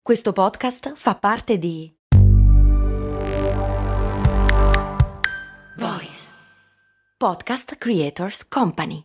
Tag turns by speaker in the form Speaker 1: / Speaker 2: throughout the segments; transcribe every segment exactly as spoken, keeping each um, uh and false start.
Speaker 1: Questo podcast fa parte di Voice Podcast Creators Company.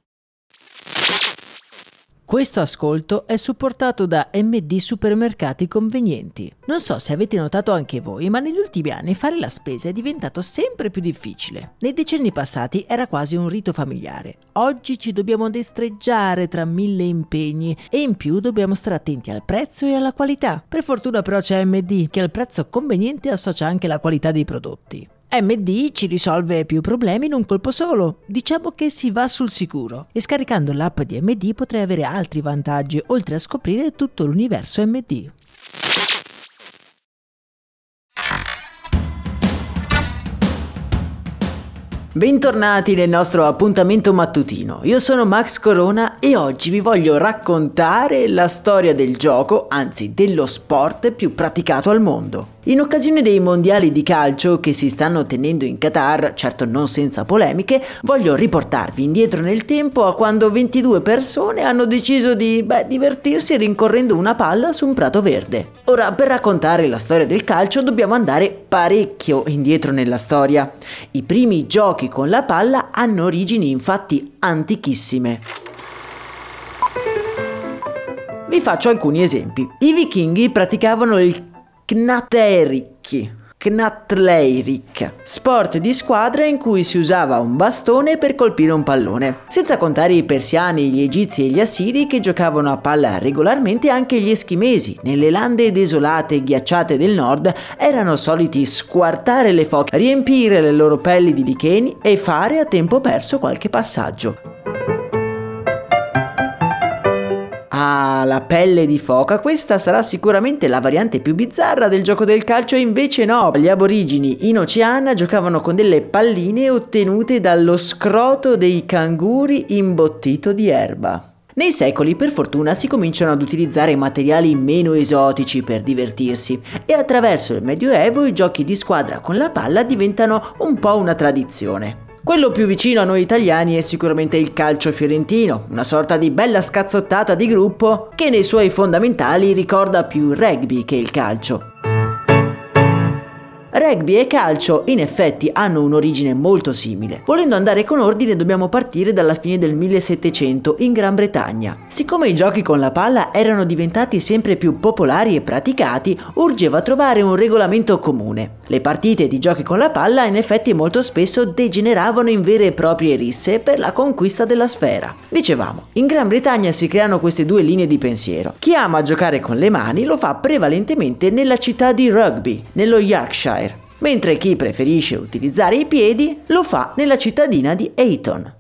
Speaker 2: Questo ascolto è supportato da M D Supermercati Convenienti. Non so se avete notato anche voi, ma negli ultimi anni fare la spesa è diventato sempre più difficile. Nei decenni passati era quasi un rito familiare. Oggi ci dobbiamo destreggiare tra mille impegni e in più dobbiamo stare attenti al prezzo e alla qualità. Per fortuna però c'è M D, che al prezzo conveniente associa anche la qualità dei prodotti. M D ci risolve più problemi in un colpo solo. Diciamo che si va sul sicuro. E scaricando l'app di M D potrai avere altri vantaggi, oltre a scoprire tutto l'universo M D. Bentornati nel nostro appuntamento mattutino. Io sono Max Corona e oggi vi voglio raccontare la storia del gioco, anzi dello sport più praticato al mondo. In occasione dei mondiali di calcio che si stanno tenendo in Qatar, certo non senza polemiche, voglio riportarvi indietro nel tempo a quando ventidue persone hanno deciso di, beh, divertirsi rincorrendo una palla su un prato verde. Ora, per raccontare la storia del calcio dobbiamo andare parecchio indietro nella storia. I primi giochi con la palla hanno origini infatti antichissime. Vi faccio alcuni esempi. I vichinghi praticavano il Knateirik, Knatleirik, sport di squadra in cui si usava un bastone per colpire un pallone. Senza contare i persiani, gli egizi e gli assiri che giocavano a palla regolarmente, anche gli eschimesi, nelle lande desolate e ghiacciate del nord, erano soliti squartare le foche, riempire le loro pelli di licheni e fare a tempo perso qualche passaggio. Ah, la pelle di foca, questa sarà sicuramente la variante più bizzarra del gioco del calcio, e invece no, gli aborigini in Oceania giocavano con delle palline ottenute dallo scroto dei canguri imbottito di erba. Nei secoli, per fortuna, si cominciano ad utilizzare materiali meno esotici per divertirsi e attraverso il Medioevo i giochi di squadra con la palla diventano un po' una tradizione. Quello più vicino a noi italiani è sicuramente il calcio fiorentino, una sorta di bella scazzottata di gruppo che nei suoi fondamentali ricorda più il rugby che il calcio. Rugby e calcio in effetti hanno un'origine molto simile. Volendo andare con ordine dobbiamo partire dalla fine del millesettecento in Gran Bretagna. Siccome i giochi con la palla erano diventati sempre più popolari e praticati, urgeva trovare un regolamento comune. Le partite di giochi con la palla in effetti molto spesso degeneravano in vere e proprie risse per la conquista della sfera. Dicevamo, in Gran Bretagna si creano queste due linee di pensiero. Chi ama giocare con le mani lo fa prevalentemente nella città di Rugby, nello Yorkshire, mentre chi preferisce utilizzare i piedi lo fa nella cittadina di Ayton.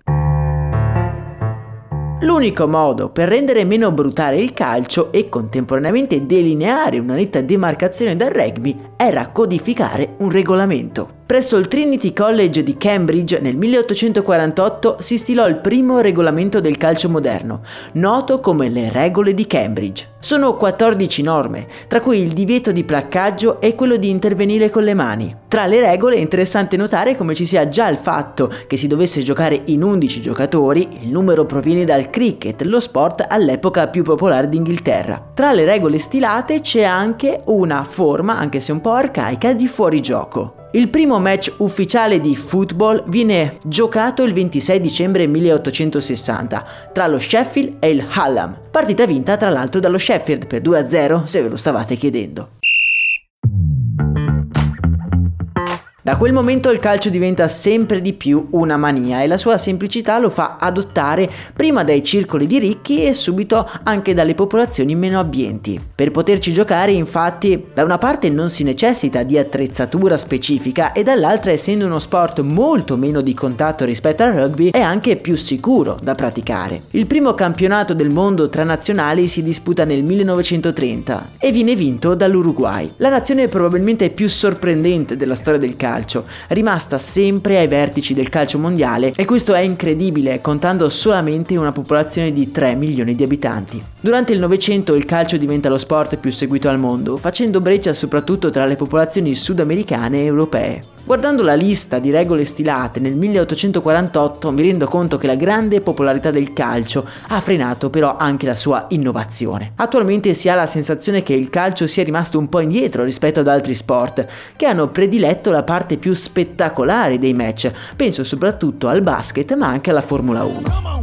Speaker 2: L'unico modo per rendere meno brutale il calcio e contemporaneamente delineare una netta demarcazione dal rugby era codificare un regolamento. Presso il Trinity College di Cambridge nel milleottocentoquarantotto si stilò il primo regolamento del calcio moderno, noto come le regole di Cambridge. Sono quattordici norme, tra cui il divieto di placcaggio e quello di intervenire con le mani. Tra le regole è interessante notare come ci sia già il fatto che si dovesse giocare in undici giocatori, il numero proviene dal cricket, lo sport all'epoca più popolare d'Inghilterra. Tra le regole stilate c'è anche una forma, anche se un po' arcaica, di fuorigioco. Il primo match ufficiale di football viene giocato il ventisei dicembre milleottocentosessanta tra lo Sheffield e il Hallam, partita vinta tra l'altro dallo Sheffield per due a zero, se ve lo stavate chiedendo. Da quel momento il calcio diventa sempre di più una mania e la sua semplicità lo fa adottare prima dai circoli di ricchi e subito anche dalle popolazioni meno abbienti. Per poterci giocare, infatti, da una parte non si necessita di attrezzatura specifica e dall'altra, essendo uno sport molto meno di contatto rispetto al rugby, è anche più sicuro da praticare. Il primo campionato del mondo tra nazionali si disputa nel millenovecentotrenta e viene vinto dall'Uruguay, la nazione probabilmente più sorprendente della storia del calcio. calcio, rimasta sempre ai vertici del calcio mondiale, e questo è incredibile contando solamente una popolazione di tre milioni di abitanti. Durante il Novecento il calcio diventa lo sport più seguito al mondo, facendo breccia soprattutto tra le popolazioni sudamericane e europee. Guardando la lista di regole stilate nel milleottocentoquarantotto mi rendo conto che la grande popolarità del calcio ha frenato però anche la sua innovazione. Attualmente si ha la sensazione che il calcio sia rimasto un po' indietro rispetto ad altri sport che hanno prediletto la parte più spettacolare dei match. Penso soprattutto al basket ma anche alla Formula uno.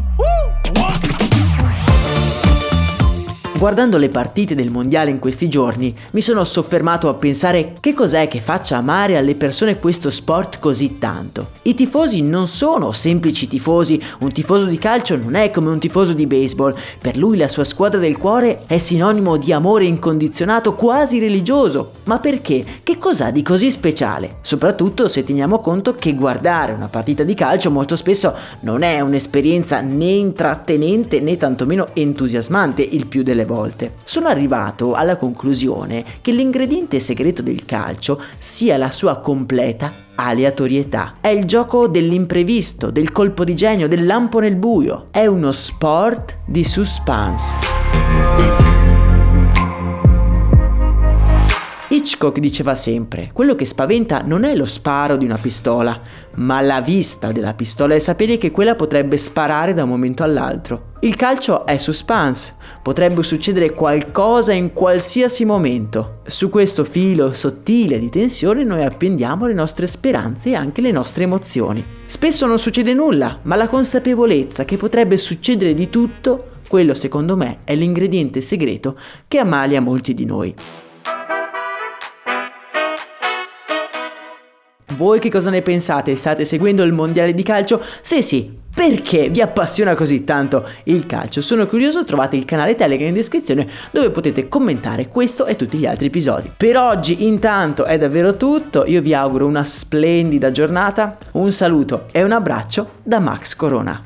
Speaker 2: Guardando le partite del mondiale in questi giorni mi sono soffermato a pensare che cos'è che faccia amare alle persone questo sport così tanto. I tifosi non sono semplici tifosi, un tifoso di calcio non è come un tifoso di baseball, per lui la sua squadra del cuore è sinonimo di amore incondizionato, quasi religioso. Ma perché? Che cos'ha di così speciale? Soprattutto se teniamo conto che guardare una partita di calcio molto spesso non è un'esperienza né intrattenente né tantomeno entusiasmante il più delle volte. Sono arrivato alla conclusione che l'ingrediente segreto del calcio sia la sua completa aleatorietà. È il gioco dell'imprevisto, del colpo di genio, del lampo nel buio. È uno sport di suspense. Hitchcock diceva sempre: quello che spaventa non è lo sparo di una pistola, ma la vista della pistola e sapere che quella potrebbe sparare da un momento all'altro. Il calcio è suspense, potrebbe succedere qualcosa in qualsiasi momento. Su questo filo sottile di tensione noi appendiamo le nostre speranze e anche le nostre emozioni. Spesso non succede nulla, ma la consapevolezza che potrebbe succedere di tutto, quello secondo me è l'ingrediente segreto che ammalia molti di noi. Voi che cosa ne pensate? State seguendo il mondiale di calcio? Se sì, perché vi appassiona così tanto il calcio? Sono curioso, trovate il canale Telegram in descrizione dove potete commentare questo e tutti gli altri episodi. Per oggi intanto è davvero tutto, io vi auguro una splendida giornata, un saluto e un abbraccio da Max Corona.